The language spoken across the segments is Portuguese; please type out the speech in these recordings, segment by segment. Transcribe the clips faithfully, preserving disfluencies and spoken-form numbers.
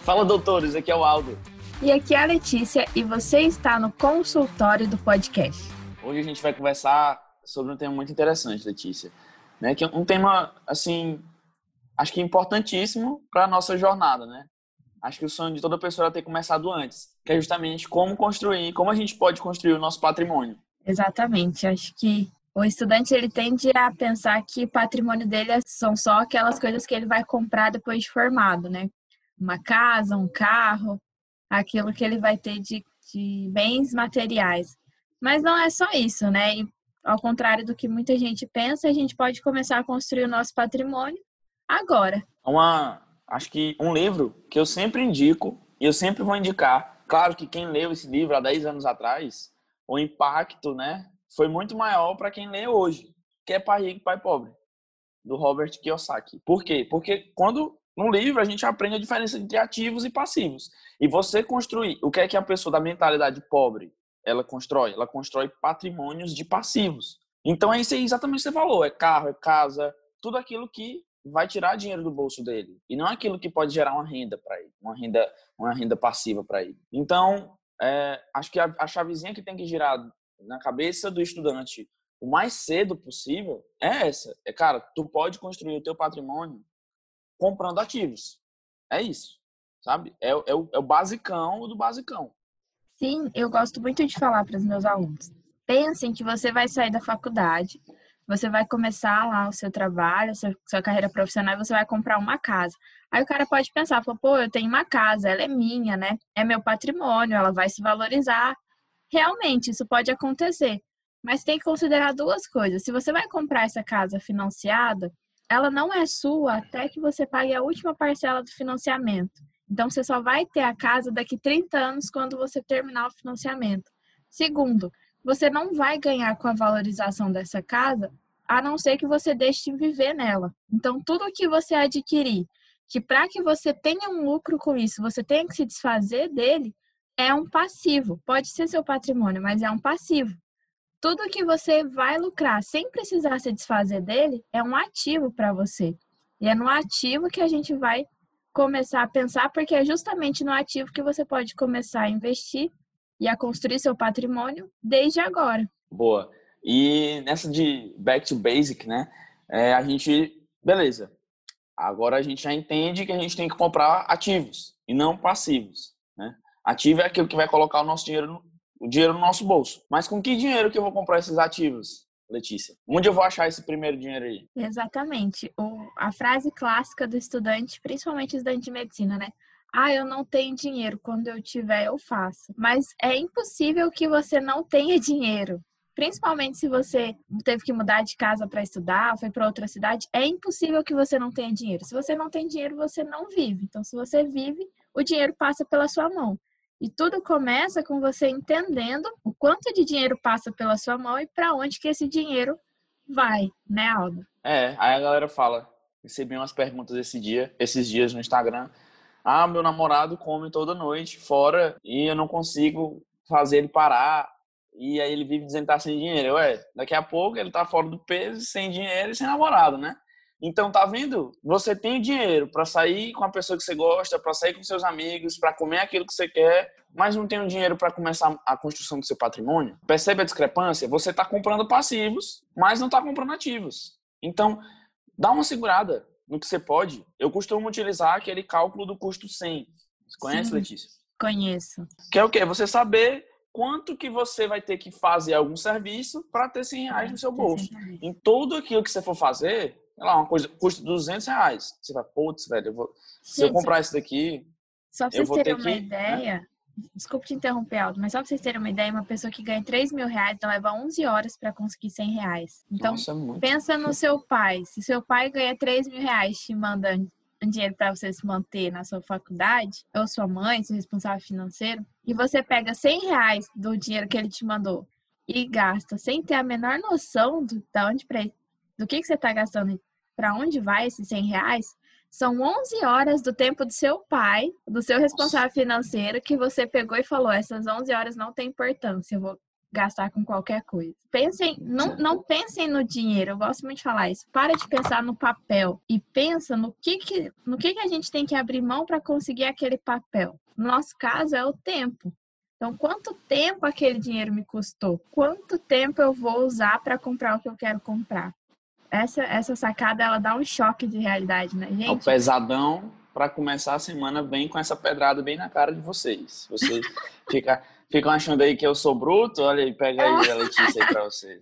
Fala, doutores, aqui é o Aldo. E aqui é a Letícia e você está no consultório do podcast. Hoje a gente vai conversar sobre um tema muito interessante, Letícia, né? Que é um tema, assim, acho que importantíssimo para a nossa jornada, né? Acho que o sonho de toda pessoa é ter começado antes, que é justamente como construir, como a gente pode construir o nosso patrimônio. Exatamente, acho que o estudante ele tende a pensar que o patrimônio dele são só aquelas coisas que ele vai comprar depois de formado, né? Uma casa, um carro, aquilo que ele vai ter de, de bens materiais. Mas não é só isso, né? E, ao contrário do que muita gente pensa, a gente pode começar a construir o nosso patrimônio agora. Uma, acho que um livro que eu sempre indico, e eu sempre vou indicar, claro que quem leu esse livro há dez anos atrás, o impacto, né, foi muito maior para quem lê hoje, que é Pai Rico, Pai Pobre, do Robert Kiyosaki. Por quê? Porque quando no livro a gente aprende a diferença entre ativos e passivos. E você construir, o que é que a pessoa da mentalidade pobre, ela constrói? Ela constrói patrimônios de passivos. Então é isso aí exatamente o que você falou, é carro, é casa, tudo aquilo que vai tirar dinheiro do bolso dele. E não aquilo que pode gerar uma renda para ele, uma renda, uma renda passiva para ele. Então, é, acho que a, a chavezinha que tem que girar na cabeça do estudante o mais cedo possível é essa. É, cara, tu pode construir o teu patrimônio comprando ativos. É isso, sabe? É, é, o, é o basicão do basicão. Sim, eu gosto muito de falar para os meus alunos. Pensem que você vai sair da faculdade, você vai começar lá o seu trabalho, a sua, sua carreira profissional e você vai comprar uma casa. Aí o cara pode pensar, pô, eu tenho uma casa, ela é minha, né? É meu patrimônio, ela vai se valorizar. Realmente, isso pode acontecer. Mas tem que considerar duas coisas. Se você vai comprar essa casa financiada, ela não é sua até que você pague a última parcela do financiamento. Então, você só vai ter a casa daqui trinta anos quando você terminar o financiamento. Segundo, você não vai ganhar com a valorização dessa casa, a não ser que você deixe de viver nela. Então, tudo que você adquirir, que para que você tenha um lucro com isso, você tenha que se desfazer dele, é um passivo. Pode ser seu patrimônio, mas é um passivo. Tudo que você vai lucrar sem precisar se desfazer dele é um ativo para você. E é no ativo que a gente vai começar a pensar, porque é justamente no ativo que você pode começar a investir e a construir seu patrimônio desde agora. Boa. E nessa de back to basic, né? É, a gente, beleza. Agora a gente já entende que a gente tem que comprar ativos e não passivos, né? Ativo é aquilo que vai colocar o nosso dinheiro no, o dinheiro no nosso bolso. Mas com que dinheiro que eu vou comprar esses ativos, Letícia? Onde eu vou achar esse primeiro dinheiro aí? Exatamente. O, a frase clássica do estudante, principalmente estudante de medicina, né? Ah, eu não tenho dinheiro. Quando eu tiver, eu faço. Mas é impossível que você não tenha dinheiro. Principalmente se você teve que mudar de casa para estudar, foi para outra cidade, é impossível que você não tenha dinheiro. Se você não tem dinheiro, você não vive. Então, se você vive, o dinheiro passa pela sua mão. E tudo começa com você entendendo o quanto de dinheiro passa pela sua mão e para onde que esse dinheiro vai, né, Aldo? É, aí a galera fala, recebi umas perguntas esse dia, esses dias no Instagram. Ah, meu namorado come toda noite fora e eu não consigo fazer ele parar. E aí ele vive dizendo que tá sem dinheiro. Ué, daqui a pouco ele tá fora do peso, sem dinheiro e sem namorado, né? Então, tá vendo? Você tem dinheiro para sair com a pessoa que você gosta, para sair com seus amigos, para comer aquilo que você quer, mas não tem o dinheiro para começar a construção do seu patrimônio. Percebe a discrepância? Você tá comprando passivos, mas não tá comprando ativos. Então, dá uma segurada no que você pode. Eu costumo utilizar aquele cálculo do custo cem. Você conhece, Sim, Letícia? conheço. Que é o quê? Você saber quanto que você vai ter que fazer algum serviço para ter cem reais no seu bolso. Em tudo aquilo que você for fazer, sei lá, uma coisa custa duzentos reais. Você vai, putz, velho, eu vou, se eu Gente, comprar isso daqui, só para eu vocês vou terem ter uma que... Né? ideia, desculpe te interromper, Aldo, mas só para vocês terem uma ideia, uma pessoa que ganha três mil reais, então leva onze horas para conseguir cem reais. Então, Nossa, é muito. pensa no seu pai. Se seu pai ganha três mil reais te manda um dinheiro para você se manter na sua faculdade, ou sua mãe, seu responsável financeiro, e você pega cem reais do dinheiro que ele te mandou e gasta sem ter a menor noção do, da onde pra, do que, que você está gastando, para onde vai esses cem reais, são onze horas do tempo do seu pai, do seu responsável financeiro, que você pegou e falou, essas onze horas não têm importância, eu vou gastar com qualquer coisa. Pensem, não, não pensem no dinheiro, eu gosto muito de falar isso. Para de pensar no papel e pensa no que, que, no que, que a gente tem que abrir mão para conseguir aquele papel. No nosso caso, é o tempo. Então, quanto tempo aquele dinheiro me custou? Quanto tempo eu vou usar para comprar o que eu quero comprar? Essa, essa sacada, ela dá um choque de realidade, né, gente? É o pesadão para começar a semana bem com essa pedrada bem na cara de vocês. Vocês ficam, ficam achando aí que eu sou bruto? Olha aí, pega aí a Letícia aí para você.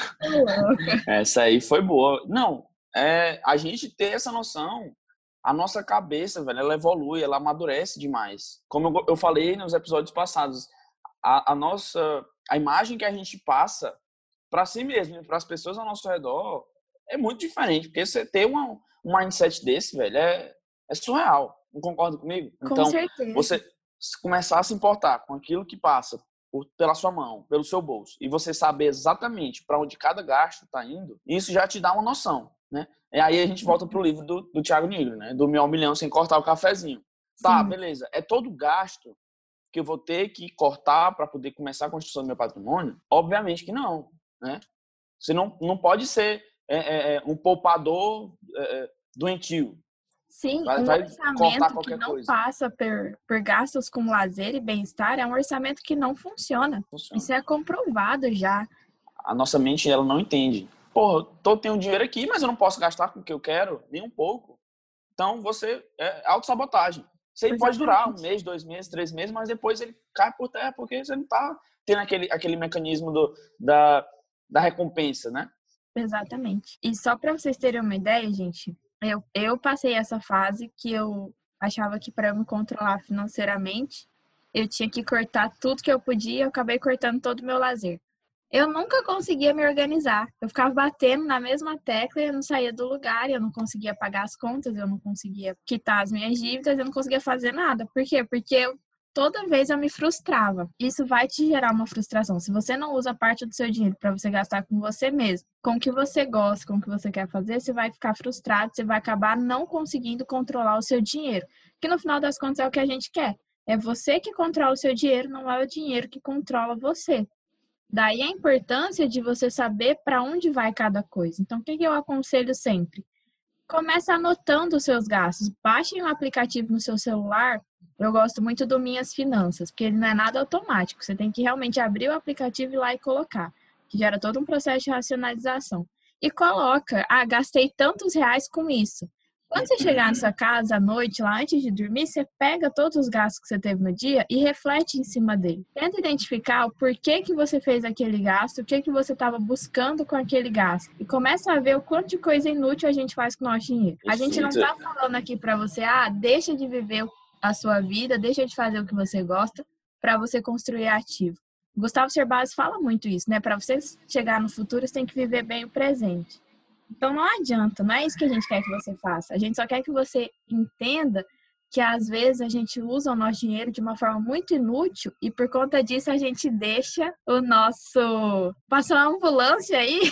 Essa aí foi boa. Não, é, a gente ter essa noção, a nossa cabeça, velho, ela evolui, ela amadurece demais. Como eu, eu falei nos episódios passados, a, a nossa, a imagem que a gente passa para si mesmo, para as pessoas ao nosso redor, é muito diferente, porque você ter uma, um mindset desse, velho, é, é surreal. Não concorda comigo? Com Então, certeza. você começar a se importar com aquilo que passa por, pela sua mão, pelo seu bolso, e você saber exatamente para onde cada gasto está indo, isso já te dá uma noção, né? E aí a gente volta pro livro do, do Thiago Nigro, né? Do Meu Milhão Sem Cortar o Cafezinho. Tá, Sim. beleza. É todo gasto que eu vou ter que cortar para poder começar a construção do meu patrimônio? Obviamente que não, né? Você não, não pode ser é, é, um poupador é, doentio. Sim, Vai, um vai cortar orçamento que qualquer não coisa. passa por, por gastos com lazer e bem-estar é um orçamento que não funciona. Funciona. Isso é comprovado já. A nossa mente, ela não entende. Porra, eu tenho dinheiro aqui, mas eu não posso gastar com o que eu quero, nem um pouco. Então, você é autossabotagem. Isso aí pode durar um mês, dois meses, três meses, mas depois ele cai por terra porque você não está tendo aquele, aquele mecanismo do, da, da recompensa, né? Exatamente. E só para vocês terem uma ideia, gente, eu, eu passei essa fase que eu achava que para eu me controlar financeiramente, eu tinha que cortar tudo que eu podia e eu acabei cortando todo o meu lazer. Eu nunca conseguia me organizar. Eu ficava batendo na mesma tecla e eu não saía do lugar, eu não conseguia pagar as contas, eu não conseguia quitar as minhas dívidas, eu não conseguia fazer nada. Por quê? Porque eu, toda vez eu me frustrava. Isso vai te gerar uma frustração. Se você não usa parte do seu dinheiro para você gastar com você mesmo, com o que você gosta, com o que você quer fazer, você vai ficar frustrado, você vai acabar não conseguindo controlar o seu dinheiro. Que no final das contas é o que a gente quer. É você que controla o seu dinheiro, não é o dinheiro que controla você. Daí a importância de você saber para onde vai cada coisa. Então, o que eu aconselho sempre? Comece anotando os seus gastos. Baixe um aplicativo no seu celular. Eu gosto muito do Minhas Finanças, porque ele não é nada automático. Você tem que realmente abrir o aplicativo e ir lá e colocar, que gera todo um processo de racionalização. E coloca, ah, gastei tantos reais com isso. Quando você chegar na sua casa à noite, lá antes de dormir, você pega todos os gastos que você teve no dia e reflete em cima dele. Tenta identificar o porquê que você fez aquele gasto, o que que você estava buscando com aquele gasto. E começa a ver o quanto de coisa inútil a gente faz com o nosso dinheiro. A gente não está falando aqui para você, ah, deixa de viver a sua vida, deixa de fazer o que você gosta para você construir ativo. Gustavo Cerbasi fala muito isso, né? Para você chegar no futuro, você tem que viver bem o presente. Então não adianta, não é isso que a gente quer que você faça. A gente só quer que você entenda que às vezes a gente usa o nosso dinheiro de uma forma muito inútil e por conta disso a gente deixa o nosso... Passou uma ambulância aí?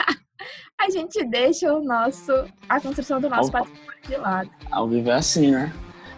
A gente deixa o nosso... a construção do nosso ao, patrimônio de lado. Ao viver assim, né?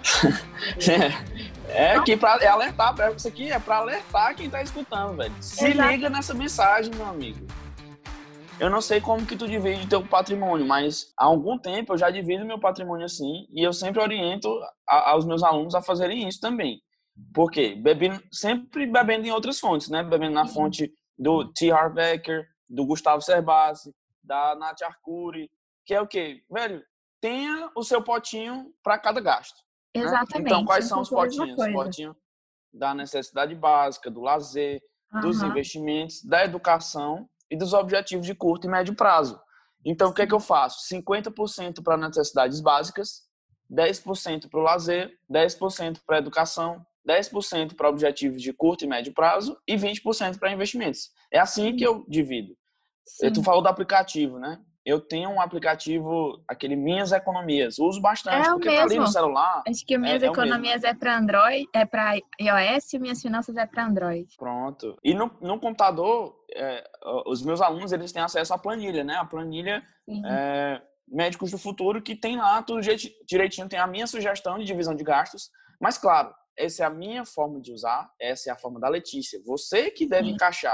É, é, que pra, é alertar, isso aqui é para alertar quem tá escutando, velho. Se Exato. Liga nessa mensagem, meu amigo. Eu não sei como que tu divide teu patrimônio, mas há algum tempo eu já divido meu patrimônio assim e eu sempre oriento a, aos meus alunos a fazerem isso também. Por quê? Bebendo, sempre bebendo em outras fontes, né? Bebendo na fonte do T. Harv Eker, do Gustavo Cerbasi, da Nath Arcuri, que é o quê? Velho, tenha o seu potinho para cada gasto. Exatamente. Né? Então, quais são os potinhos? Os potinhos da necessidade básica, do lazer, uhum. dos investimentos, da educação e dos objetivos de curto e médio prazo. Então, Sim. o que é que eu faço? cinquenta por cento para necessidades básicas, dez por cento para o lazer, dez por cento para a educação, dez por cento para objetivos de curto e médio prazo e vinte por cento para investimentos. É assim Sim. que eu divido. Sim. Tu falou do aplicativo, né? Eu tenho um aplicativo, aquele Minhas Economias. Uso bastante, é porque mesmo. tá ali no celular. Acho que o Minhas é, Economias é, é para Android, é para iOS e Minhas Finanças é para Android. Pronto. E no, no computador, é, os meus alunos, eles têm acesso à planilha, né? A planilha é, Médicos do Futuro, que tem lá tudo direitinho, tem a minha sugestão de divisão de gastos. Mas, claro, essa é a minha forma de usar, essa é a forma da Letícia. Você que deve Sim. encaixar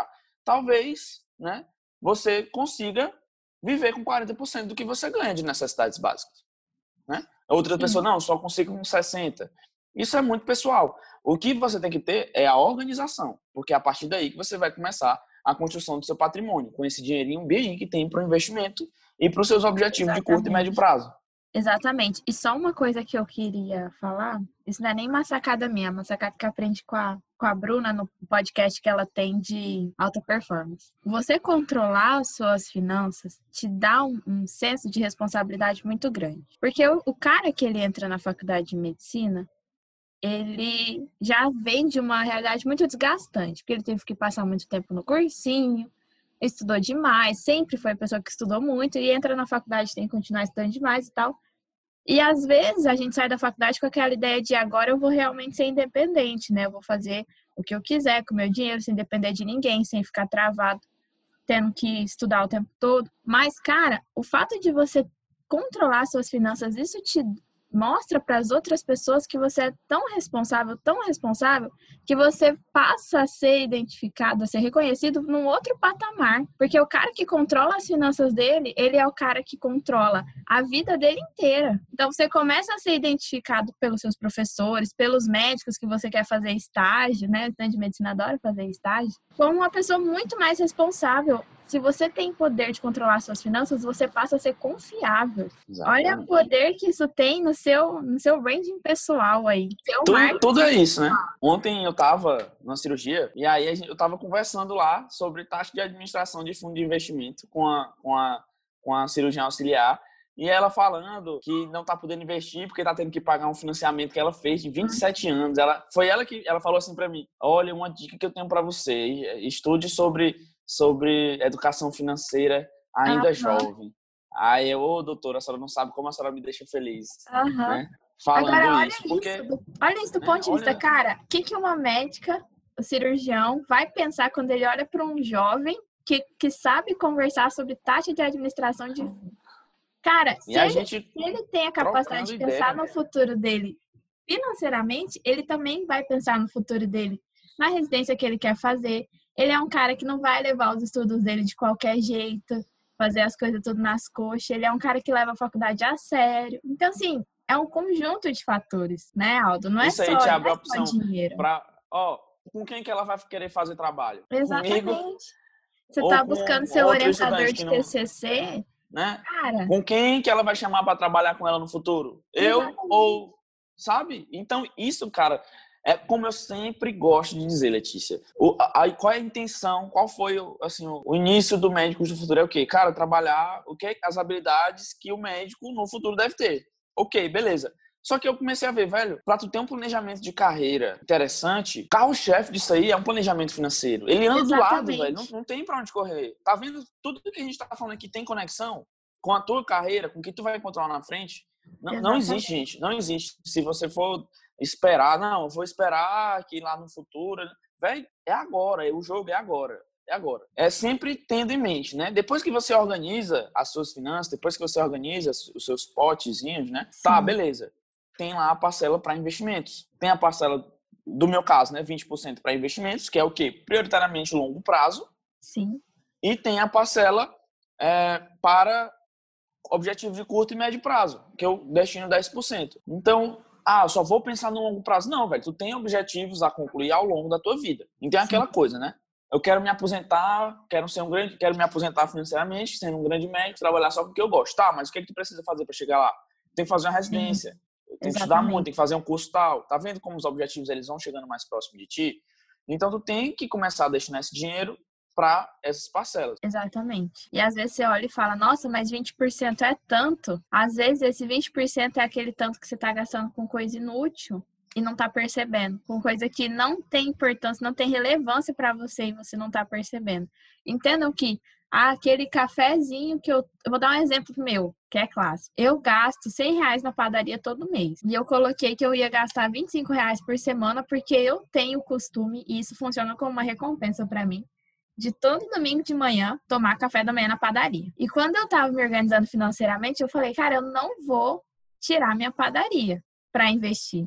talvez, né, você consiga viver com quarenta por cento do que você ganha de necessidades básicas, né? Outra Sim. pessoa, não, só consigo com sessenta. Isso é muito pessoal. O que você tem que ter é a organização, porque é a partir daí que você vai começar a construção do seu patrimônio, com esse dinheirinho bem que tem para o investimento e para os seus objetivos Exatamente. de curto e médio prazo. Exatamente. E só uma coisa que eu queria falar, isso não é nem uma sacada minha, é uma sacada que eu aprendi com a, com a Bruna no podcast que ela tem de alta performance. Você controlar as suas finanças te dá um, um senso de responsabilidade muito grande. Porque o, o cara que ele entra na faculdade de medicina, ele já vem de uma realidade muito desgastante, porque ele teve que passar muito tempo no cursinho, estudou demais, sempre foi a pessoa que estudou muito e entra na faculdade tem que continuar estudando demais e tal. E às vezes a gente sai da faculdade com aquela ideia de agora eu vou realmente ser independente, né? Eu vou fazer o que eu quiser com o meu dinheiro, sem depender de ninguém, sem ficar travado, tendo que estudar o tempo todo. Mas, cara, o fato de você controlar suas finanças, isso te mostra para as outras pessoas que você é tão responsável, tão responsável, que você passa a ser identificado, a ser reconhecido num outro patamar. Porque o cara que controla as finanças dele, ele é o cara que controla a vida dele inteira. Então, você começa a ser identificado pelos seus professores, pelos médicos que você quer fazer estágio, né? O estudante de medicina adora fazer estágio, como uma pessoa muito mais responsável. Se você tem poder de controlar suas finanças, você passa a ser confiável. Exatamente. Olha o poder que isso tem no seu, no seu branding pessoal aí. Tudo, tudo é isso, né? Ontem eu tava na cirurgia e aí eu tava conversando lá sobre taxa de administração de fundo de investimento com a, com a, com a cirurgiã auxiliar. E ela falando que não tá podendo investir porque tá tendo que pagar um financiamento que ela fez de vinte e sete anos. Ela, foi ela que ela falou assim pra mim: olha, uma dica que eu tenho pra você, estude sobre, sobre educação financeira ainda uhum. jovem. Aí eu, ô doutora, a senhora não sabe como a senhora me deixa feliz. Uhum. Né? Falando Agora, olha isso. Porque, isso do, olha isso do né? ponto de vista, olha... cara, o que, que uma médica, o cirurgião, vai pensar quando ele olha para um jovem que, que sabe conversar sobre taxa de administração de fundo? Cara, se ele, se ele tem a capacidade de pensar ideia, no futuro dele financeiramente, ele também vai pensar no futuro dele, na residência que ele quer fazer. Ele é um cara que não vai levar os estudos dele de qualquer jeito, fazer as coisas tudo nas coxas. Ele é um cara que leva a faculdade a sério. Então, assim, é um conjunto de fatores, né, Aldo? Não é Isso só, aí te abre não a é só opção dinheiro. Pra, ó, com quem que ela vai querer fazer trabalho? Exatamente. Comigo, Você tá buscando seu orientador de T C C... Né? Cara. Com quem que ela vai chamar para trabalhar com ela no futuro? Eu Exatamente. Ou, sabe? Então, isso, cara, é como eu sempre gosto de dizer, Letícia. O, a, qual é a intenção, qual foi assim, o início do médico do futuro? É o quê? Cara, trabalhar o quê? As habilidades que o médico no futuro deve ter. Ok, beleza. Só que eu comecei a ver, velho, pra tu ter um planejamento de carreira interessante, carro-chefe disso aí é um planejamento financeiro. Ele anda Exatamente. do lado, velho, não, não tem pra onde correr. Tá vendo? Tudo que a gente tá falando aqui tem conexão com a tua carreira, com o que tu vai encontrar lá na frente. Não, não existe, gente, não existe. Se você for esperar, não, eu vou esperar que lá no futuro... Velho, é agora, o jogo é agora. É agora. É sempre tendo em mente, né? Depois que você organiza as suas finanças, depois que você organiza os seus potezinhos, né? Sim. Tá, beleza. Tem lá a parcela para investimentos. Tem a parcela, do meu caso, né, vinte por cento para investimentos, que é o quê? Prioritariamente longo prazo. Sim. E tem a parcela é, para objetivo de curto e médio prazo, que eu destino dez por cento. Então, ah, eu só vou pensar no longo prazo. Não, velho, tu tem objetivos a concluir ao longo da tua vida. Então é aquela coisa, né? Eu quero me aposentar, quero ser um grande, quero me aposentar financeiramente, sendo um grande médico, trabalhar só com o que eu gosto. Tá, mas o que é que tu precisa fazer para chegar lá? Tem que fazer uma residência. Sim. Tem que estudar muito, tem que fazer um curso tal. Tá vendo como os objetivos eles vão chegando mais próximo de ti? Então, tu tem que começar a destinar esse dinheiro para essas parcelas. Exatamente. E às vezes você olha e fala, nossa, mas vinte por cento é tanto. Às vezes esse vinte por cento é aquele tanto que você tá gastando com coisa inútil e não tá percebendo. Com coisa que não tem importância, não tem relevância para você e você não tá percebendo. Entendam que Ah, aquele cafezinho que eu... Eu vou dar um exemplo meu, que é clássico. Eu gasto cem reais na padaria todo mês. E eu coloquei que eu ia gastar vinte e cinco reais por semana, porque eu tenho o costume, e isso funciona como uma recompensa para mim, de todo domingo de manhã tomar café da manhã na padaria. E quando eu tava me organizando financeiramente, eu falei, cara, eu não vou tirar minha padaria para investir.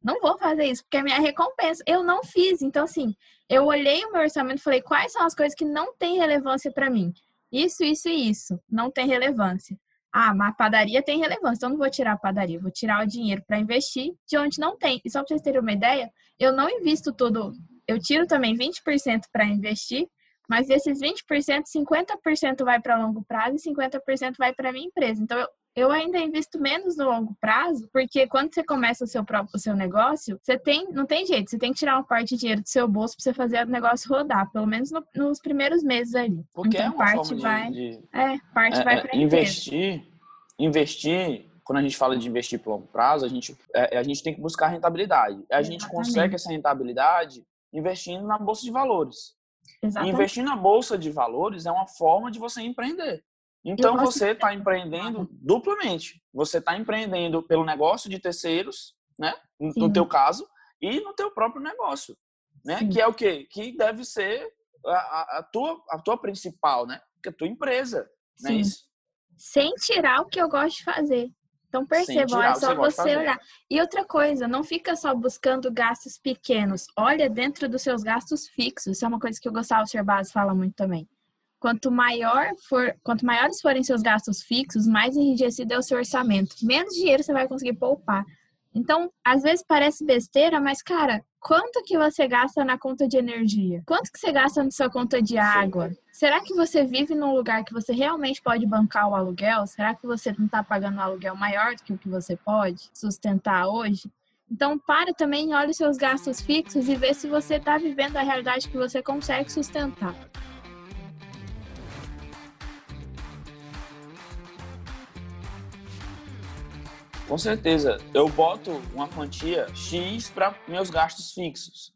Não vou fazer isso, porque é minha recompensa. Eu não fiz. Então, assim, eu olhei o meu orçamento e falei, quais são as coisas que não têm relevância para mim? Isso, isso e isso. Não tem relevância. Ah, mas a padaria tem relevância, então não vou tirar a padaria. Vou tirar o dinheiro para investir de onde não tem. E só para vocês terem uma ideia, eu não invisto tudo. Eu tiro também vinte por cento para investir, mas desses vinte por cento, cinquenta por cento vai para longo prazo e cinquenta por cento vai para minha empresa. Então, eu, eu ainda invisto menos no longo prazo, porque quando você começa o seu próprio o seu negócio, você tem, não tem jeito, você tem que tirar uma parte de dinheiro do seu bolso para você fazer o negócio rodar, pelo menos no, nos primeiros meses ali. Porque Então, é uma parte forma de, vai, de é, parte vai é, é, para a empresa. investir, investir, quando a gente fala de investir por longo prazo, a gente, é, a gente tem que buscar rentabilidade. A gente Exatamente. consegue essa rentabilidade investindo na bolsa de valores. E Exatamente. investir na bolsa de valores é uma forma de você empreender. Então, você está empreendendo duplamente. Você está empreendendo pelo negócio de terceiros, né? No Sim. teu caso, e no teu próprio negócio, né? Sim. Que é o quê? Que deve ser a, a, tua, a tua principal, né? Que é a tua empresa, não é Sim. isso? Sem tirar o que eu gosto de fazer. Então, percebam, é só você olhar. E outra coisa, não fica só buscando gastos pequenos. Olha dentro dos seus gastos fixos. Isso é uma coisa que o Gustavo Cerbasi fala muito também. Quanto maior for, quanto maiores forem seus gastos fixos, mais enrijecido é o seu orçamento. Menos dinheiro você vai conseguir poupar. Então, às vezes parece besteira, mas, cara, quanto que você gasta na conta de energia? Quanto que você gasta na sua conta de água? Sim. Será que você vive num lugar que você realmente pode bancar o aluguel? Será que você não está pagando um aluguel maior do que o que você pode sustentar hoje? Então, para também, olha os seus gastos fixos e vê se você está vivendo a realidade que você consegue sustentar. Com certeza. Eu boto uma quantia X para meus gastos fixos.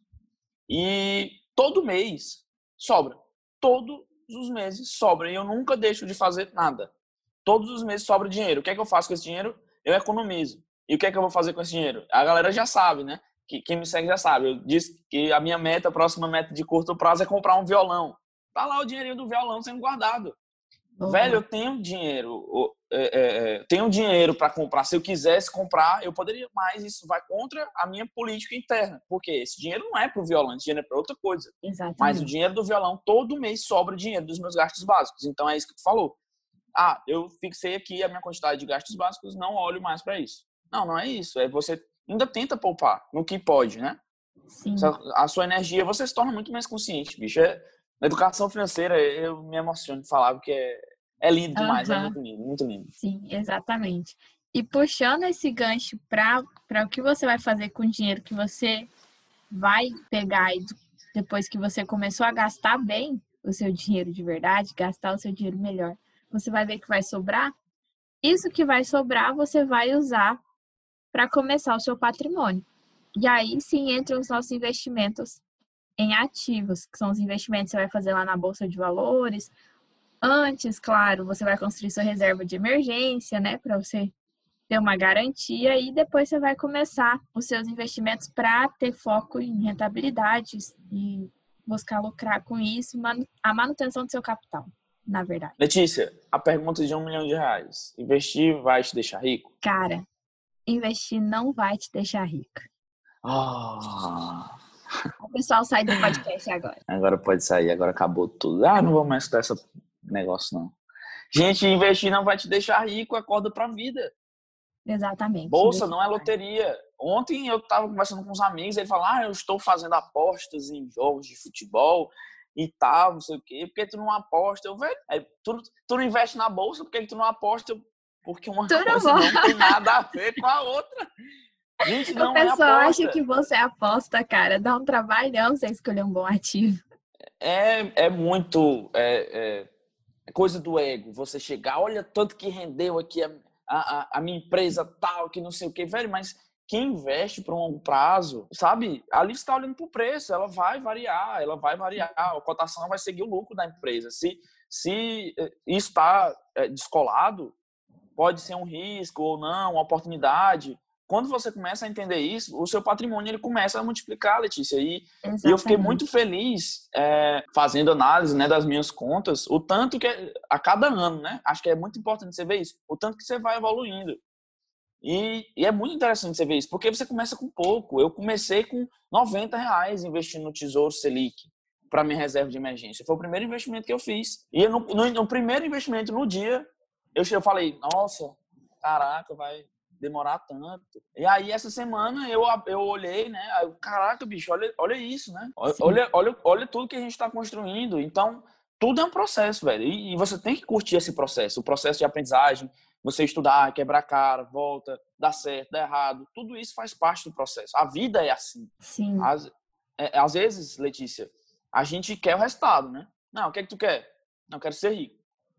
E todo mês sobra. Todos os meses sobra. E eu nunca deixo de fazer nada. Todos os meses sobra dinheiro. O que é que eu faço com esse dinheiro? Eu economizo. E o que é que eu vou fazer com esse dinheiro? A galera já sabe, né? Que quem me segue já sabe. Eu disse que a minha meta, a próxima meta de curto prazo é comprar um violão. Tá lá o dinheirinho do violão sendo guardado. Uhum. Velho, eu tenho dinheiro. É, é, é, tenho dinheiro para comprar. Se eu quisesse comprar, eu poderia, mas isso vai contra a minha política interna. Porque esse dinheiro não é pro violão, esse dinheiro é para outra coisa. Exatamente. Mas o dinheiro do violão, todo mês sobra dinheiro dos meus gastos básicos. Então é isso que tu falou. Ah, eu fixei aqui a minha quantidade de gastos básicos, não olho mais para isso. Não, não é isso. É você ainda tenta poupar no que pode, né? Sim. A sua energia, você se torna muito mais consciente, bicho. É, na educação financeira, eu me emociono de falar, porque é, é lindo demais, uhum. É muito lindo, muito lindo. Sim, exatamente. E puxando esse gancho para o que você vai fazer com o dinheiro que você vai pegar e depois que você começou a gastar bem o seu dinheiro de verdade, gastar o seu dinheiro melhor, você vai ver que vai sobrar. Isso que vai sobrar, você vai usar para começar o seu patrimônio. E aí sim entram os nossos investimentos em ativos, que são os investimentos que você vai fazer lá na Bolsa de Valores. Antes, claro, você vai construir sua reserva de emergência, né, para você ter uma garantia, e depois você vai começar os seus investimentos para ter foco em rentabilidades e buscar lucrar com isso, a manutenção do seu capital, na verdade. Letícia, a pergunta de um milhão de reais. Investir vai te deixar rico? Cara, investir não vai te deixar rico. Ah... O pessoal sai do podcast agora. Agora pode sair, agora acabou tudo. Ah, não vou mais com esse negócio, não. Gente, investir não vai te deixar rico, acorda pra vida. Exatamente. Bolsa não é loteria. Ontem eu tava conversando com uns amigos, ele falou, ah, eu estou fazendo apostas em jogos de futebol e tal, não sei o quê. Por que tu não aposta? Eu, velho, aí, tu, tu não investe na bolsa, por que tu não aposta? Eu, porque uma tu coisa não, não tem nada a ver com a outra. Gente, não o pessoal é acha que você aposta, cara. Dá um trabalhão você escolher um bom ativo. É, é muito é, é coisa do ego. Você chegar, olha tanto que rendeu aqui a, a, a minha empresa tal, que não sei o que, velho, mas quem investe para um longo prazo, sabe? Ali você está olhando para o preço, ela vai variar, ela vai variar, a cotação vai seguir o lucro da empresa. Se, se isso está descolado, pode ser um risco ou não, uma oportunidade. Quando você começa a entender isso, o seu patrimônio ele começa a multiplicar, Letícia. E, e eu fiquei muito feliz é, fazendo análise, né, das minhas contas, o tanto que a cada ano, né? Acho que é muito importante você ver isso, o tanto que você vai evoluindo. E, e é muito interessante você ver isso, porque você começa com pouco. Eu comecei com noventa reais investindo no Tesouro Selic para minha reserva de emergência. Foi o primeiro investimento que eu fiz. E eu, no, no, no primeiro investimento, no dia, eu, eu falei, nossa, caraca, vai demorar tanto. E aí, essa semana, eu, eu olhei, né? Aí, caraca, bicho, olha, olha isso, né? Olha, olha, olha tudo que a gente está construindo. Então, tudo é um processo, velho. E, e você tem que curtir esse processo. O processo de aprendizagem, você estudar, quebrar a cara, volta, dá certo, dá errado. Tudo isso faz parte do processo. A vida é assim. Sim. Às, é, às vezes, Letícia, a gente quer o resultado, né? Não, o que é que tu quer? Não, eu quero ser rico.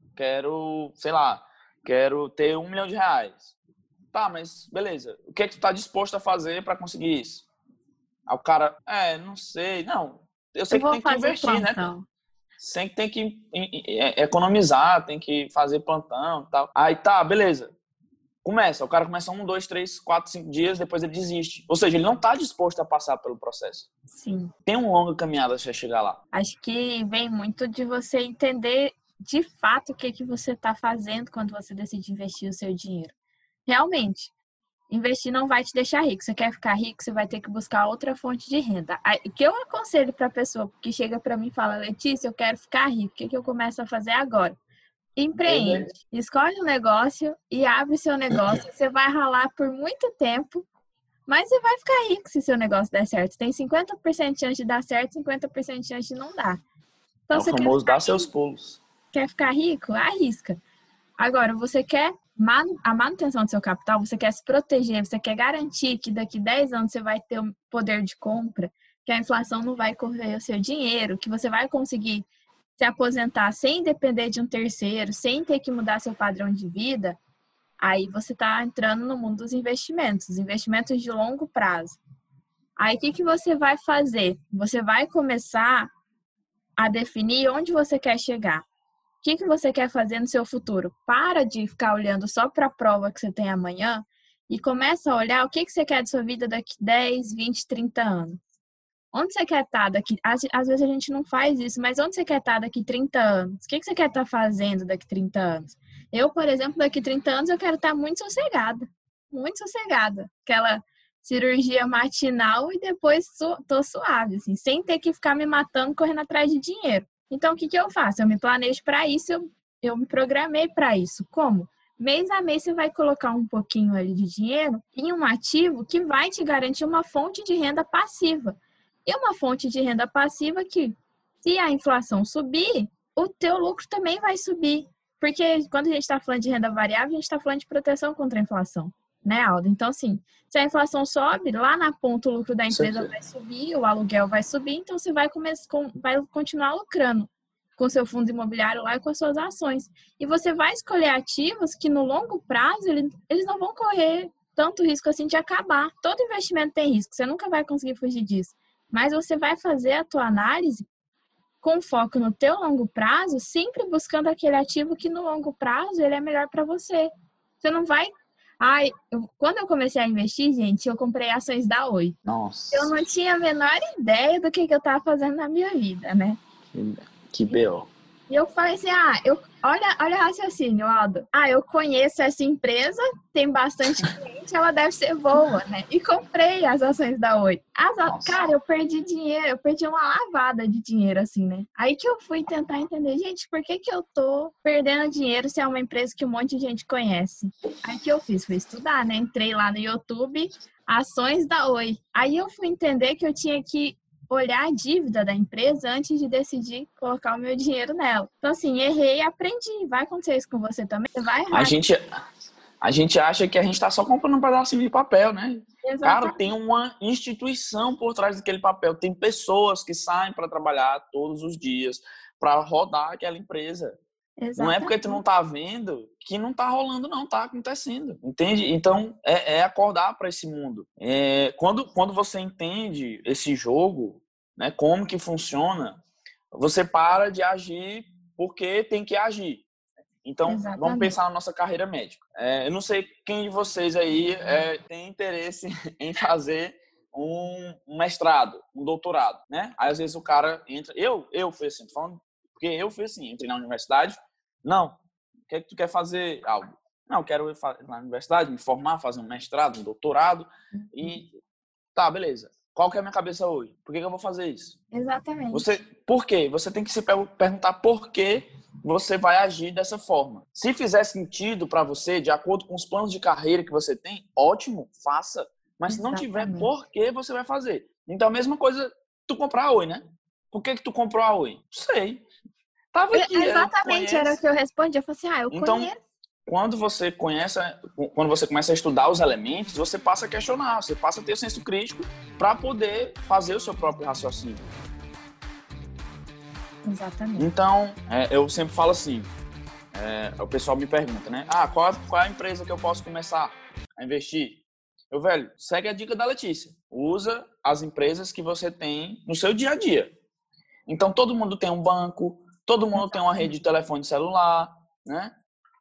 Quero, sei lá, quero ter um milhão de reais. Tá, mas beleza. O que é que tu tá disposto a fazer para conseguir isso? Aí o cara, é, não sei. Não, eu sei Eu que vou tem que fazer investir, né? plantão. Tem, tem que economizar, tem que fazer plantão e tal. Aí tá, beleza. Começa. O cara começa um, dois, três, quatro, cinco dias, depois ele desiste. Ou seja, ele não tá disposto a passar pelo processo. Sim. Tem uma longa caminhada até chegar lá. Acho que vem muito de você entender de fato o que, que você está fazendo quando você decide investir o seu dinheiro. Realmente, investir não vai te deixar rico. Você quer ficar rico, você vai ter que buscar outra fonte de renda. O que eu aconselho para a pessoa que chega para mim e fala, Letícia, eu quero ficar rico, o que, que eu começo a fazer agora? Empreende. Escolhe um negócio e abre seu negócio. Você vai ralar por muito tempo, mas você vai ficar rico se seu negócio der certo. Tem cinquenta por cento de chance de dar certo, cinquenta por cento de chance de não dar. Então, É o você famoso quer dar seus pulos. Quer ficar rico? Arrisca. Agora, você quer a manutenção do seu capital, você quer se proteger, você quer garantir que daqui dez anos você vai ter um poder de compra, que a inflação não vai correr o seu dinheiro, que você vai conseguir se aposentar sem depender de um terceiro, sem ter que mudar seu padrão de vida, aí você está entrando no mundo dos investimentos, investimentos de longo prazo. Aí, o que, que você vai fazer? Você vai começar a definir onde você quer chegar. O que, que você quer fazer no seu futuro? Para de ficar olhando só para a prova que você tem amanhã e começa a olhar o que, que você quer de sua vida daqui dez, vinte, trinta anos. Onde você quer estar daqui? Às, às vezes a gente não faz isso, mas onde você quer estar daqui trinta anos? O que, que você quer estar fazendo daqui trinta anos? Eu, por exemplo, daqui trinta anos eu quero estar muito sossegada. Muito sossegada. Aquela cirurgia matinal e depois su- tô suave, assim, sem ter que ficar me matando correndo atrás de dinheiro. Então, o que, que eu faço? Eu me planejo para isso, eu, eu me programei para isso. Como? Mês a mês você vai colocar um pouquinho ali de dinheiro em um ativo que vai te garantir uma fonte de renda passiva. E uma fonte de renda passiva que, se a inflação subir, o teu lucro também vai subir. Porque quando a gente está falando de renda variável, a gente está falando de proteção contra a inflação, né, Aldo? Então, assim, se a inflação sobe, lá na ponta o lucro da empresa vai subir, o aluguel vai subir, então você vai, começar, vai continuar lucrando com o seu fundo imobiliário lá e com as suas ações. E você vai escolher ativos que no longo prazo eles não vão correr tanto risco assim de acabar. Todo investimento tem risco, você nunca vai conseguir fugir disso. Mas você vai fazer a tua análise com foco no teu longo prazo, sempre buscando aquele ativo que no longo prazo ele é melhor para você. Você não vai... Ai, eu, quando eu comecei a investir, gente, eu comprei ações da Oi. Nossa. Eu não tinha a menor ideia do que, que eu estava fazendo na minha vida, né? Que, que B O. E eu falei assim, ah, eu, olha, olha o raciocínio, Aldo. Ah, eu conheço essa empresa, tem bastante cliente, ela deve ser boa, né? E comprei as ações da Oi. As, cara, eu perdi dinheiro, eu perdi uma lavada de dinheiro, assim, né? Aí que eu fui tentar entender, gente, por que que eu tô perdendo dinheiro se é uma empresa que um monte de gente conhece? Aí que eu fiz? Fui estudar, né? Entrei lá no YouTube, ações da Oi. Aí eu fui entender que eu tinha que olhar a dívida da empresa antes de decidir colocar o meu dinheiro nela. Então, assim, errei e aprendi. Vai acontecer isso com você também? Você vai errar. A gente, a gente acha que a gente está só comprando um pedacinho de papel, né? Exatamente. Cara, tem uma instituição por trás daquele papel. Tem pessoas que saem para trabalhar todos os dias para rodar aquela empresa. Exatamente. Não é porque tu não tá vendo que não tá rolando, não, tá acontecendo, entende? Então, é, é acordar para esse mundo. É, quando, quando você entende esse jogo, né, como que funciona, você para de agir porque tem que agir. Então, Exatamente. Vamos pensar na nossa carreira médica. É, eu não sei quem de vocês aí é, tem interesse em fazer um, um mestrado, um doutorado, né? Aí, às vezes, o cara entra... Eu, eu fui assim, tô falando porque eu fui assim, entrei na universidade. Não, o que é que tu quer fazer, Aldo? Não, eu quero ir na universidade, me formar, fazer um mestrado, um doutorado. Uhum. E tá, beleza. Qual que é a minha cabeça hoje? Por que, que eu vou fazer isso? Exatamente. Você, por quê? Você tem que se perguntar por que você vai agir dessa forma. Se fizer sentido para você, de acordo com os planos de carreira que você tem, ótimo, faça. Mas se não tiver, por que você vai fazer? Então, a mesma coisa, tu comprar a Oi, né? Por que que tu comprou a Oi? Não sei. Tava aqui. Exatamente, era o que eu respondi. Eu falei assim, ah, eu então, conheço. Quando você conhece, quando você começa a estudar os elementos, você passa a questionar, você passa a ter senso crítico para poder fazer o seu próprio raciocínio. Exatamente. Então, é, eu sempre falo assim, é, o pessoal me pergunta, né? Ah, qual, qual é a empresa que eu posso começar a investir? Eu, velho, segue a dica da Letícia. Usa as empresas que você tem no seu dia a dia. Então, todo mundo tem um banco, todo mundo tem uma rede de telefone celular, né?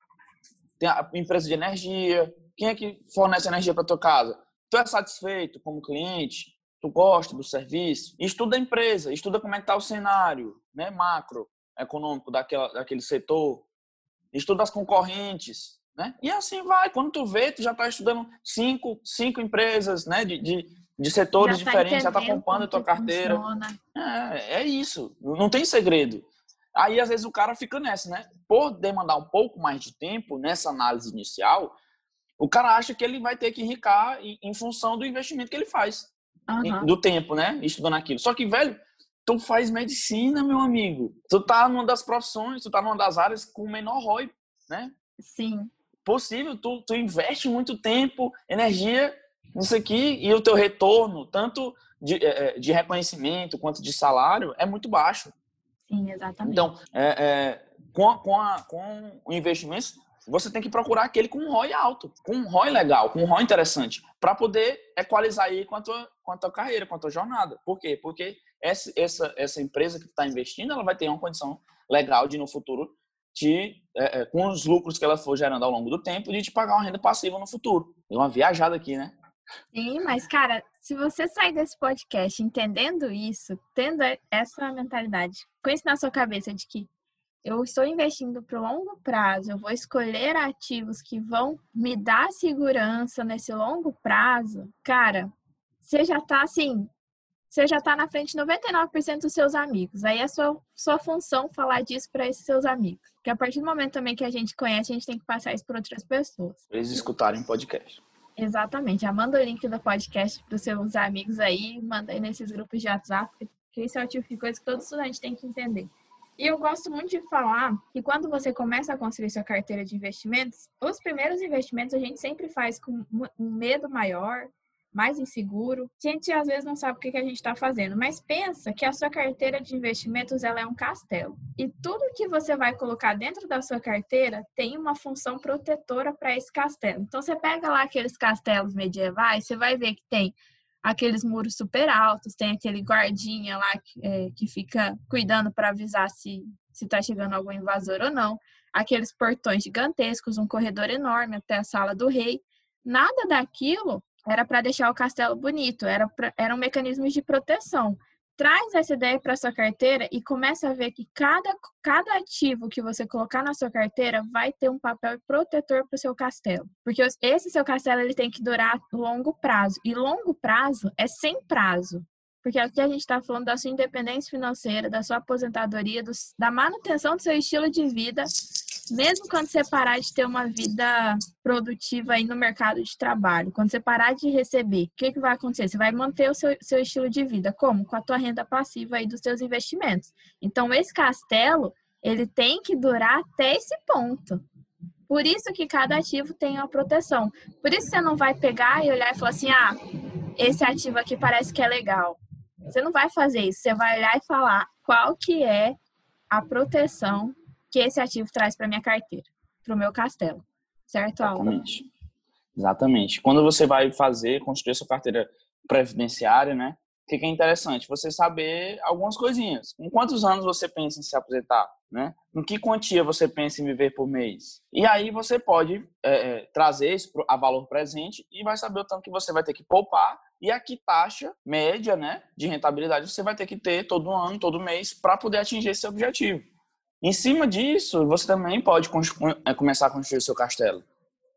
Tem a empresa de energia. Quem é que fornece energia para tua casa? Tu é satisfeito como cliente? Tu gosta do serviço? Estuda a empresa, estuda como é que está o cenário, né, macroeconômico daquela, daquele setor. Estuda as concorrentes, né? E assim vai. Quando tu vê, tu já está estudando cinco, cinco empresas, né, de, de, de setores já diferentes, tá já está acompanhando a tua carteira. É, é isso. Não tem segredo. Aí, às vezes, o cara fica nessa, né? Por demandar um pouco mais de tempo nessa análise inicial, o cara acha que ele vai ter que enricar em, em função do investimento que ele faz. Uhum. Em, do tempo, né? Estudando aquilo. Só que, velho, tu faz medicina, meu amigo. Tu tá numa das profissões, tu tá numa das áreas com menor R O I, né? Sim. Possível, tu, tu investe muito tempo, energia nisso aqui e o teu retorno, tanto de, de reconhecimento quanto de salário, é muito baixo. Sim, exatamente. Então, é, é, com, a, com, a, com o investimento, você tem que procurar aquele com um R O I alto, com um R O I legal, com um R O I interessante, para poder equalizar aí com a, tua, com a tua carreira, com a tua jornada. Por quê? Porque essa, essa, essa empresa que está investindo, ela vai ter uma condição legal de, no futuro, de, é, é, com os lucros que ela for gerando ao longo do tempo, de te pagar uma renda passiva no futuro. Deu uma viajada aqui, né? Sim, mas, cara, se você sair desse podcast entendendo isso, tendo essa mentalidade, com isso na sua cabeça de que eu estou investindo para o longo prazo, eu vou escolher ativos que vão me dar segurança nesse longo prazo, cara, você já tá assim, você já tá na frente de noventa e nove por cento dos seus amigos. Aí é sua, sua função falar disso para esses seus amigos. Porque a partir do momento também que a gente conhece, a gente tem que passar isso para outras pessoas. Eles escutarem o podcast. Exatamente. Já manda o link do podcast para os seus amigos aí, manda aí nesses grupos de WhatsApp, porque isso é o tipo de coisa que todo estudante tem que entender. E eu gosto muito de falar que quando você começa a construir sua carteira de investimentos, os primeiros investimentos a gente sempre faz com um medo maior, mais inseguro. A gente às vezes não sabe o que a gente está fazendo, mas pensa que a sua carteira de investimentos ela é um castelo. E tudo que você vai colocar dentro da sua carteira tem uma função protetora para esse castelo. Então você pega lá aqueles castelos medievais, você vai ver que tem aqueles muros super altos, tem aquele guardinha lá que, é, que fica cuidando para avisar se se está chegando algum invasor ou não, aqueles portões gigantescos, um corredor enorme até a sala do rei. Nada daquilo era para deixar o castelo bonito, era, pra, eram mecanismos de proteção. Traz essa ideia para sua carteira e começa a ver que cada, cada ativo que você colocar na sua carteira vai ter um papel protetor para o seu castelo. Porque esse seu castelo ele tem que durar longo prazo. E longo prazo é sem prazo. Porque aqui a gente está falando da sua independência financeira, da sua aposentadoria, do, da manutenção do seu estilo de vida, mesmo quando você parar de ter uma vida produtiva aí no mercado de trabalho, quando você parar de receber, o que, que vai acontecer? Você vai manter o seu, seu estilo de vida. Como? Com a tua renda passiva aí dos seus investimentos. Então, esse castelo, ele tem que durar até esse ponto. Por isso que cada ativo tem uma proteção. Por isso que você não vai pegar e olhar e falar assim, ah, esse ativo aqui parece que é legal. Você não vai fazer isso. Você vai olhar e falar qual que é a proteção que esse ativo traz para minha carteira, para o meu castelo. Certo, Alan? Exatamente. Exatamente. Quando você vai fazer, construir sua carteira previdenciária, né? O que é interessante? Você saber algumas coisinhas. Em quantos anos você pensa em se aposentar, né? Em que quantia você pensa em viver por mês? E aí você pode é, trazer isso a valor presente e vai saber o tanto que você vai ter que poupar e a que taxa média, né, de rentabilidade você vai ter que ter todo ano, todo mês, para poder atingir esse objetivo. Em cima disso, você também pode começar a construir o seu castelo.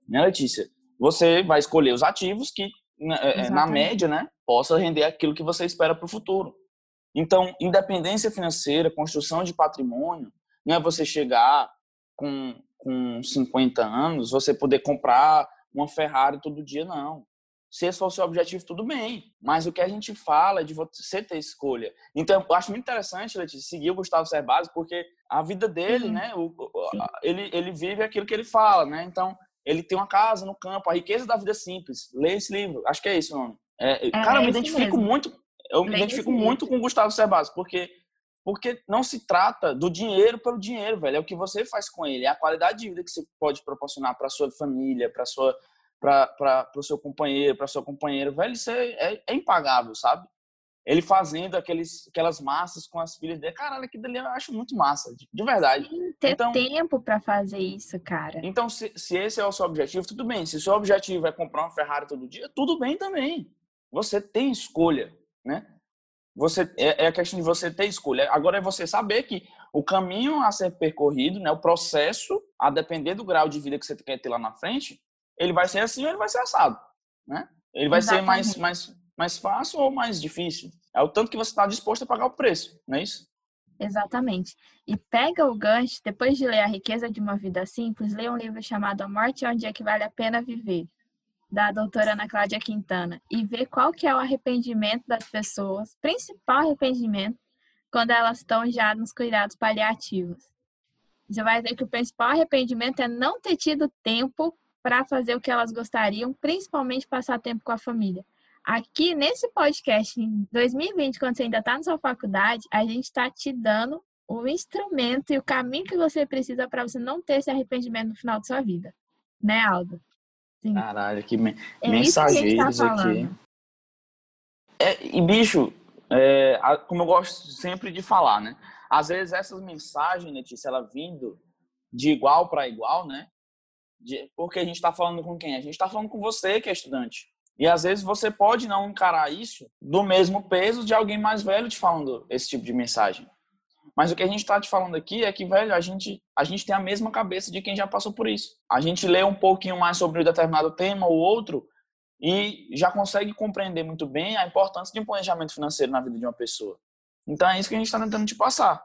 né, Letícia? Você vai escolher os ativos que, na, na média, né, possa render aquilo que você espera para o futuro. Então, independência financeira, construção de patrimônio, não é você chegar com, com cinquenta anos, você poder comprar uma Ferrari todo dia, não. Se esse for o seu objetivo, tudo bem. Mas o que a gente fala é de você ter escolha. Então, eu acho muito interessante, Letícia, seguir o Gustavo Cerbasi, porque a vida dele, Sim. né, o, ele, ele vive aquilo que ele fala, né? Então, ele tem uma casa no campo, a riqueza da vida simples. Lê esse livro, acho que é isso o nome. É, É, cara, eu é me esse identifico mesmo. muito, eu me Leia identifico esse muito livro. com o Gustavo Cerbasi, porque, porque não se trata do dinheiro pelo dinheiro, velho. É o que você faz com ele, é a qualidade de vida que você pode proporcionar para sua família, para sua para o seu companheiro, para sua companheira, velho, isso é, é, é impagável, sabe? Ele fazendo aqueles, aquelas massas com as filhas dele, caralho, aquilo dali eu acho muito massa, de, de verdade. Sim, ter então, tempo para fazer isso, cara. Então, se, se esse é o seu objetivo, tudo bem. Se o seu objetivo é comprar uma Ferrari todo dia, tudo bem também. Você tem escolha, né? Você, é, é a questão de você ter escolha. Agora é você saber que o caminho a ser percorrido, né, o processo, a depender do grau de vida que você quer ter lá na frente, ele vai ser assim ou ele vai ser assado, né? Ele vai Exatamente. ser mais, mais, mais fácil ou mais difícil. É o tanto que você está disposto a pagar o preço, não é isso? Exatamente. E pega o gancho, depois de ler A Riqueza de uma Vida Simples, lê um livro chamado A Morte é um Dia que Vale a Pena Viver, da doutora Ana Cláudia Quintana, e ver qual que é o arrependimento das pessoas, principal arrependimento, quando elas estão já nos cuidados paliativos. Você vai ver que o principal arrependimento é não ter tido tempo para fazer o que elas gostariam, principalmente passar tempo com a família. Aqui, nesse podcast, em dois mil e vinte, quando você ainda está na sua faculdade, a gente está te dando o instrumento e o caminho que você precisa para você não ter esse arrependimento no final de sua vida. Né, Aldo? Sim. Caralho, que me É mensageiros isso que a gente tá aqui. falando. É, e, bicho, é, como eu gosto sempre de falar, né? Às vezes essas mensagens, Letícia, ela vindo de igual para igual, né? De, porque a gente está falando com quem? A gente está falando com você, que é estudante. E às vezes você pode não encarar isso do mesmo peso de alguém mais velho te falando esse tipo de mensagem. Mas o que a gente está te falando aqui é que, velho, a gente, a gente tem a mesma cabeça de quem já passou por isso. A gente lê um pouquinho mais sobre um determinado tema ou outro e já consegue compreender muito bem a importância de um planejamento financeiro na vida de uma pessoa. Então é isso que a gente está tentando te passar.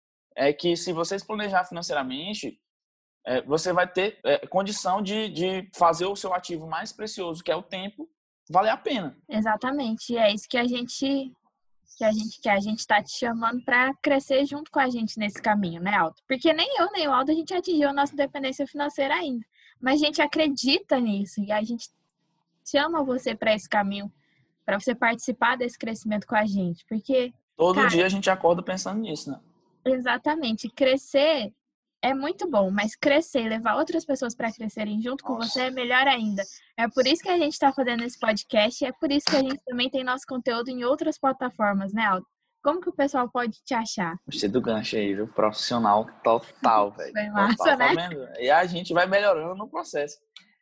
É que se você se planejar financeiramente, é, você vai ter é, condição de, de fazer o seu ativo mais precioso, que é o tempo, valer a pena. Exatamente. E é isso que a gente que a gente que a gente está te chamando para crescer junto com a gente nesse caminho, né, Aldo? Porque nem eu, nem o Aldo, a gente atingiu a nossa independência financeira ainda. Mas a gente acredita nisso e a gente chama você para esse caminho, para você participar desse crescimento com a gente. Porque, Todo cara, dia a gente acorda pensando nisso, né? Exatamente. Crescer é muito bom, mas crescer e levar outras pessoas para crescerem junto com Nossa. você é melhor ainda. É por isso que a gente está fazendo esse podcast e é por isso que a gente também tem nosso conteúdo em outras plataformas, né, Aldo? Como que o pessoal pode te achar? Gostei do gancho aí, viu? Profissional total, velho. Foi massa, Total, tá né? vendo? E a gente vai melhorando no processo.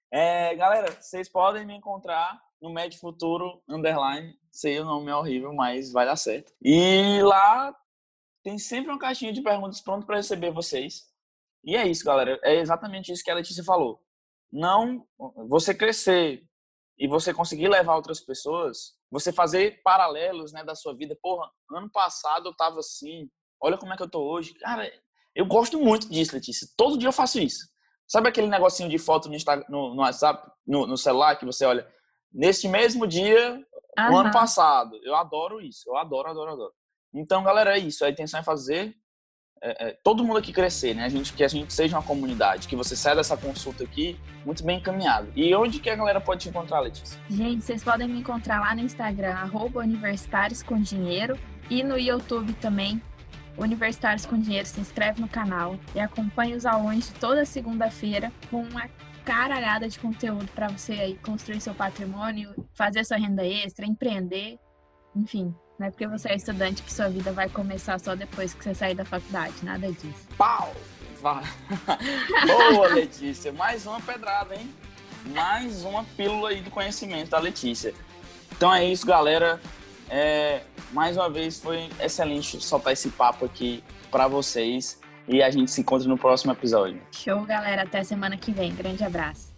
É, galera, vocês podem me encontrar no Med Futuro Underline. Sei, o nome é horrível, mas vai dar certo. E lá tem sempre uma caixinha de perguntas pronta para receber vocês. E é isso, galera. É exatamente isso que a Letícia falou. Não, você crescer e você conseguir levar outras pessoas, você fazer paralelos, né, da sua vida. Porra, ano passado eu tava assim, olha como é que eu tô hoje. Cara, eu gosto muito disso, Letícia. Todo dia eu faço isso. Sabe aquele negocinho de foto no, Instagram, no, no WhatsApp, no, no celular, que você olha, neste mesmo dia, Aham. o ano passado. Eu adoro isso. Eu adoro, adoro, adoro. Então, galera, é isso. A intenção é fazer é, é, todo mundo aqui crescer, né? A gente, que a gente seja uma comunidade, que você saia dessa consulta aqui muito bem encaminhado. E onde que a galera pode te encontrar, Letícia? Gente, vocês podem me encontrar lá no Instagram, arroba Universitários com Dinheiro, e no YouTube também, Universitários com Dinheiro. Se inscreve no canal e acompanhe os alunos de toda segunda-feira com uma caralhada de conteúdo para você aí construir seu patrimônio, fazer sua renda extra, empreender, enfim. Não é porque você é estudante que sua vida vai começar só depois que você sair da faculdade, nada disso. Pau! Boa, Letícia. Mais uma pedrada, hein? Mais uma pílula aí do conhecimento da Letícia. Então é isso, galera. É, mais uma vez foi excelente soltar esse papo aqui para vocês. E a gente se encontra no próximo episódio. Show, galera. Até semana que vem. Grande abraço.